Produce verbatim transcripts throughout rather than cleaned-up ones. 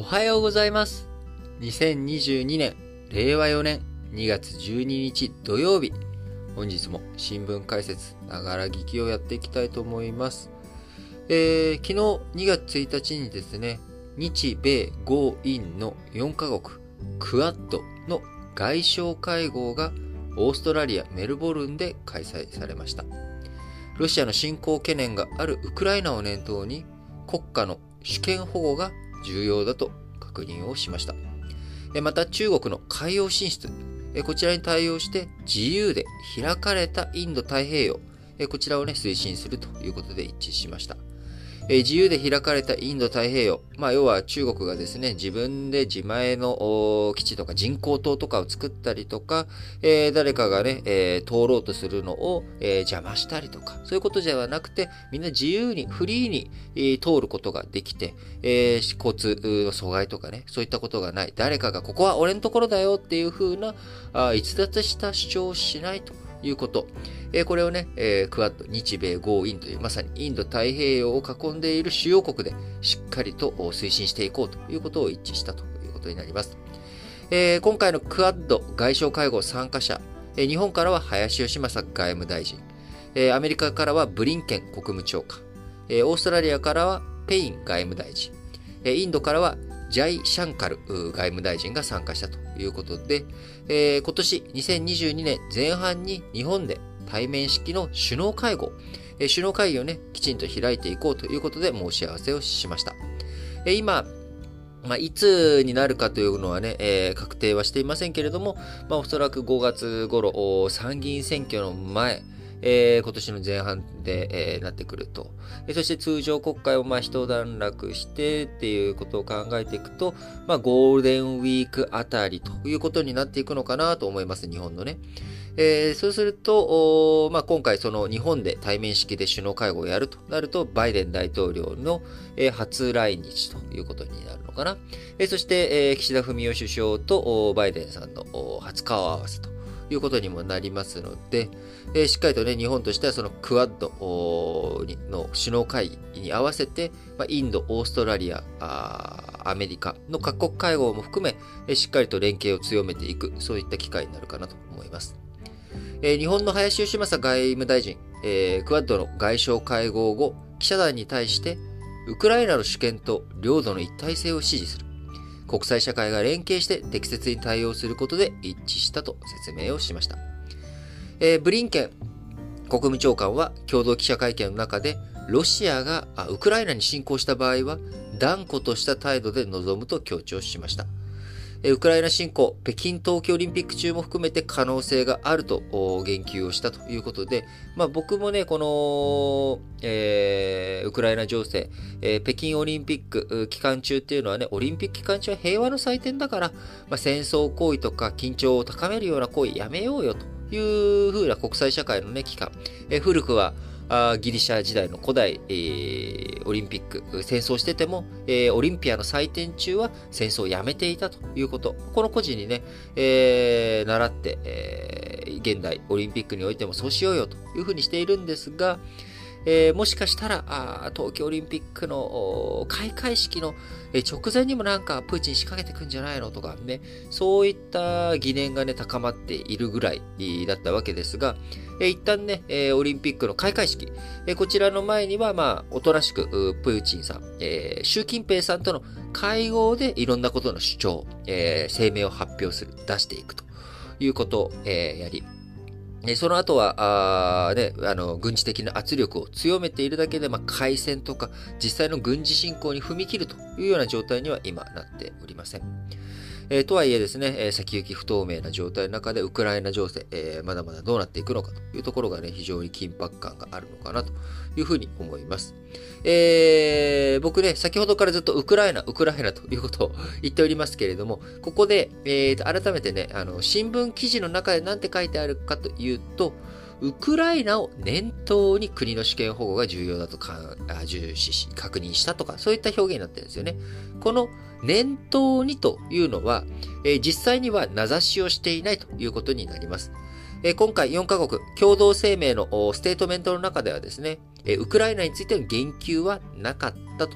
はようございます。にせんにじゅうにねんれいわよねんにがつじゅうににち土曜日、本日も新聞解説ながら聞きをやっていきたいと思います。えー、昨日にがつついたちにですね、日米豪印のよんかこくクアッドの外相会合がオーストラリア・メルボルンで開催されました。ロシアの侵攻懸念があるウクライナを念頭に、国家の主権保護が重要だと確認をしました。また中国の海洋進出、こちらに対応して自由で開かれたインド太平洋、こちらをね推進するということで一致しました。自由で開かれたインド太平洋、まあ要は中国がですね、自分で自前の基地とか人工島とかを作ったりとか、えー、誰かがね、えー、通ろうとするのを、えー、邪魔したりとか、そういうことではなくて、みんな自由にフリーに、えー、通ることができて、えー、交通の阻害とかね、そういったことがない。誰かがここは俺のところだよっていう風なあ逸脱した主張をしないということ。えー、これをね、えー、クアッド、日米豪印という、まさにインド太平洋を囲んでいる主要国でしっかりと推進していこうということを一致したということになります。えー、今回のクアッド外相会合参加者、えー、日本からは林芳正外務大臣、えー、アメリカからはブリンケン国務長官、えー、オーストラリアからはペイン外務大臣、えー、インドからはジャイ・シャンカル外務大臣が参加したということで、えー、今年にせんにじゅうにねんぜん半に日本で対面式の首脳会合、えー、首脳会議をね、きちんと開いていこうということで申し合わせをしました。えー、今、まあ、いつになるかというのはね、えー、確定はしていませんけれども、まあ、おそらくごがつ頃、参議院選挙の前、えー、今年の前半で、えー、なってくると。そして通常国会をまあ一段落してっていうことを考えていくと、まあ、ゴールデンウィークあたりということになっていくのかなと思います、日本のね。えー、そうすると、まあ、今回その日本で対面式で首脳会合をやるとなると、バイデン大統領の、えー、初来日ということになるのかな。えー、そして、えー、岸田文雄首相とバイデンさんの初顔合わせということにもなりますので、えー、しっかりとね、日本としてはそのクアッドの首脳会議に合わせて、まあ、インド、オーストラリア、アメリカの各国会合も含め、えー、しっかりと連携を強めていく、そういった機会になるかなと思います。えー、日本の林芳正外務大臣、えー、クアッドの外相会合後、記者団に対して、ウクライナの主権と領土の一体性を支持する。国際社会が連携して適切に対応することで一致したと説明をしました。えー、ブリンケン国務長官は共同記者会見の中で、ロシアがウクライナに侵攻した場合は断固とした態度で臨むと強調しました。ウクライナ侵攻、北京冬季オリンピック中も含めて可能性があると言及をしたということで、まあ、僕もね、この、えー、ウクライナ情勢、えー、北京オリンピック期間中っていうのはね、オリンピック期間中は平和の祭典だから、まあ、戦争行為とか緊張を高めるような行為やめようよというふうな国際社会のね、機関、えー、古くはあギリシャ時代の古代、えー、オリンピック、戦争してても、えー、オリンピアの祭典中は戦争をやめていたということ。この故事にね、えー、習って、えー、現代オリンピックにおいてもそうしようよというふうにしているんですが、えー、もしかしたらあ東京オリンピックの開会式の直前にもなんかプーチン仕掛けてくんじゃないのとかね、そういった疑念がね高まっているぐらいだったわけですが、えー、一旦ね、えー、オリンピックの開会式、えー、こちらの前にはまあおとなしくプーチンさん、えー、習近平さんとの会合でいろんなことの主張、えー、声明を発表する、出していくということを、えー、やり、その後は、あね、あの、軍事的な圧力を強めているだけで、まあ、開戦とか、実際の軍事侵攻に踏み切るというような状態には今なっておりません。えー、とはいえですね、えー、先行き不透明な状態の中でウクライナ情勢、えー、まだまだどうなっていくのかというところがね、非常に緊迫感があるのかなというふうに思います。えー、僕ね、先ほどからずっとウクライナ、ウクライナということを言っておりますけれども、ここで、えー、改めてね、あの、新聞記事の中で何て書いてあるかというと、ウクライナを念頭に国の主権保護が重要だとか重視し、確認したとか、そういった表現になってるんですよね。この念頭にというのは、えー、実際には名指しをしていないということになります。えー、今回よんかこく共同声明のステートメントの中ではですね、えー、ウクライナについての言及はなかったと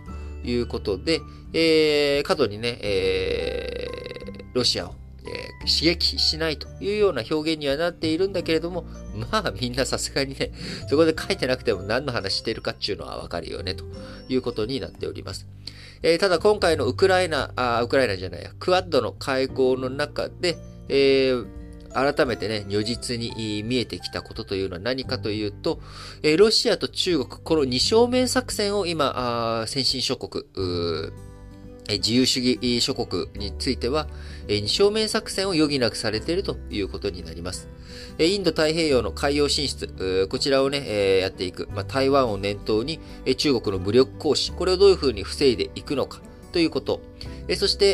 いうことで、えー、過度にね、えー、ロシアを、えー、刺激しないというような表現にはなっているんだけれども、まあみんなさすがにね、そこで書いてなくても何の話してるかっていうのはわかるよね、ということになっております。えー、ただ今回のウクライナ、あ、ウクライナじゃないや、クアッドの会合の中で、えー、改めてね、如実に見えてきたことというのは何かというと、えー、ロシアと中国、この二正面作戦を今、先進諸国、自由主義諸国については、二正面作戦を余儀なくされているということになります。インド太平洋の海洋進出、こちらをね、やっていく。まあ、台湾を念頭に中国の武力行使、これをどういうふうに防いでいくのかということ。そして、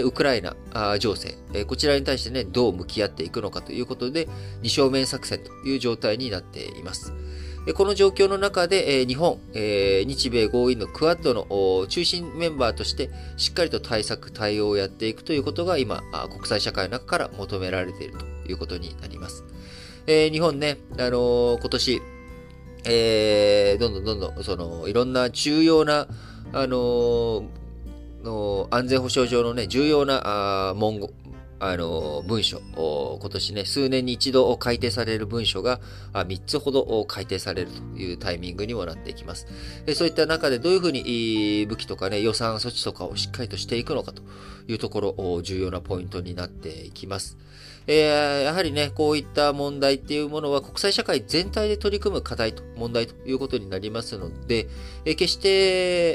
ウクライナ情勢、こちらに対してね、どう向き合っていくのかということで、二正面作戦という状態になっています。この状況の中で、日本、日米豪印のクアッドの中心メンバーとして、しっかりと対策、対応をやっていくということが今、国際社会の中から求められているということになります。日本ね、あのー、今年、えー、どんどんどんどん、その、いろんな重要な、あのー、の安全保障上のね、重要なあ文言、あの、文書、今年ね、数年に一度改定される文書がみっつほど改定されるというタイミングにもなっていきます。そういった中でどういうふうに武器とかね、予算措置とかをしっかりとしていくのかというところ、重要なポイントになっていきます。えー、やはりね、こういった問題っていうものは国際社会全体で取り組む課題と、問題ということになりますので、えー、決して、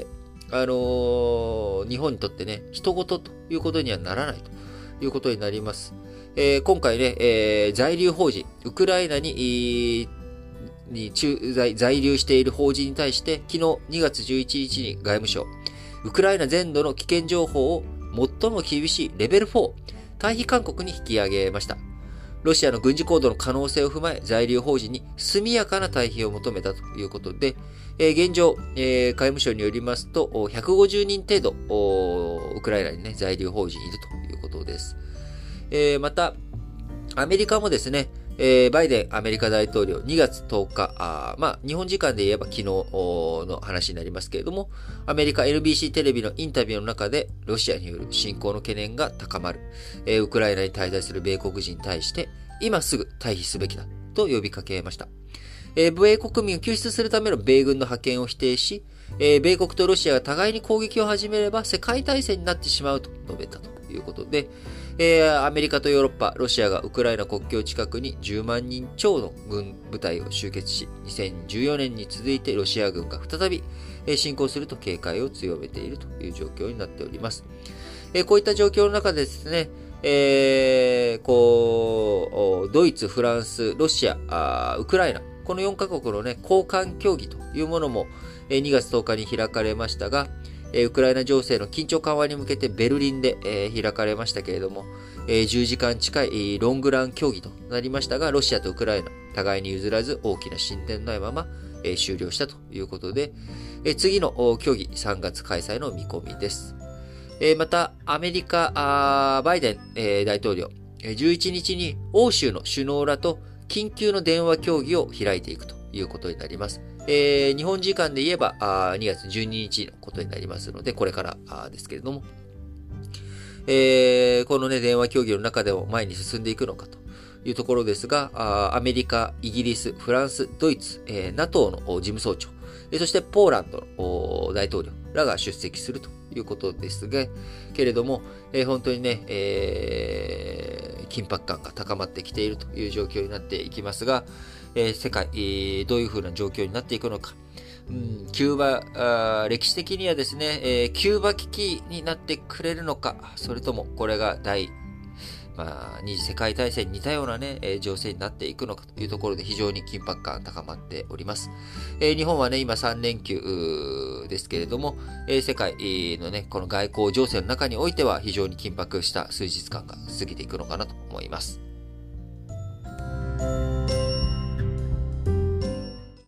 あのー、日本にとってね、人事ということにはならないということになります。えー、今回ね、えー、在留邦人、ウクライナに、に駐在、在留している邦人に対して、昨日にがつじゅういちにちに外務省、ウクライナ全土の危険情報を最も厳しいレベルフォー、退避勧告に引き上げました。ロシアの軍事行動の可能性を踏まえ、在留邦人に速やかな退避を求めたということで、えー、現状、えー、外務省によりますと、ひゃくごじゅうにん程度、ウクライナにね、在留邦人いるということです。えー、また、アメリカもですね、えー、バイデンアメリカ大統領にがつとおか、あまあ、日本時間で言えば昨日の話になりますけれども、アメリカ エヌビーシー テレビのインタビューの中で、ロシアによる侵攻の懸念が高まる、えー、ウクライナに滞在する米国人に対して、今すぐ退避すべきだと呼びかけました。えー、米国民を救出するための米軍の派遣を否定し、えー、米国とロシアが互いに攻撃を始めれば世界大戦になってしまうと述べたということで、えー、アメリカとヨーロッパ、ロシアがウクライナ国境近くにじゅうまんにん超の軍部隊を集結し、にせんじゅうよねんに続いてロシア軍が再び侵攻すると警戒を強めているという状況になっております。えー、こういった状況の中でですね、えー、こう、ドイツ、フランス、ロシア、ウクライナ、このよんカ国のね、交換協議というものもにがつとおかに開かれましたが、ウクライナ情勢の緊張緩和に向けてベルリンで開かれましたけれども、じゅうじかん近いロングラン協議となりましたが、ロシアとウクライナ、互いに譲らず大きな進展ないまま終了したということで、次の協議さんがつ開催の見込みです。また、アメリカ、バイデン大統領、じゅういちにちに欧州の首脳らと緊急の電話協議を開いていくということになります。えー、日本時間で言えばにがつじゅうににちのことになりますので、これからですけれども、えー、このね、電話協議の中でも前に進んでいくのかというところですが、アメリカ、イギリス、フランス、ドイツ、えー、NATO の事務総長、そしてポーランドの大統領らが出席するということですが、けれども、えー、本当にね、えー、緊迫感が高まってきているという状況になっていきますが、えー、世界、えー、どういう風な状況になっていくのか。うん、キューバあ、歴史的にはですね、えー、キューバ危機になってくれるのか、それともこれが第、まあ、二次世界大戦に似たようなね、えー、情勢になっていくのかというところで非常に緊迫感高まっております。えー、日本はね、今さんれんきゅうですけれども、えー、世界のね、この外交情勢の中においては非常に緊迫した数日間が過ぎていくのかなと思います。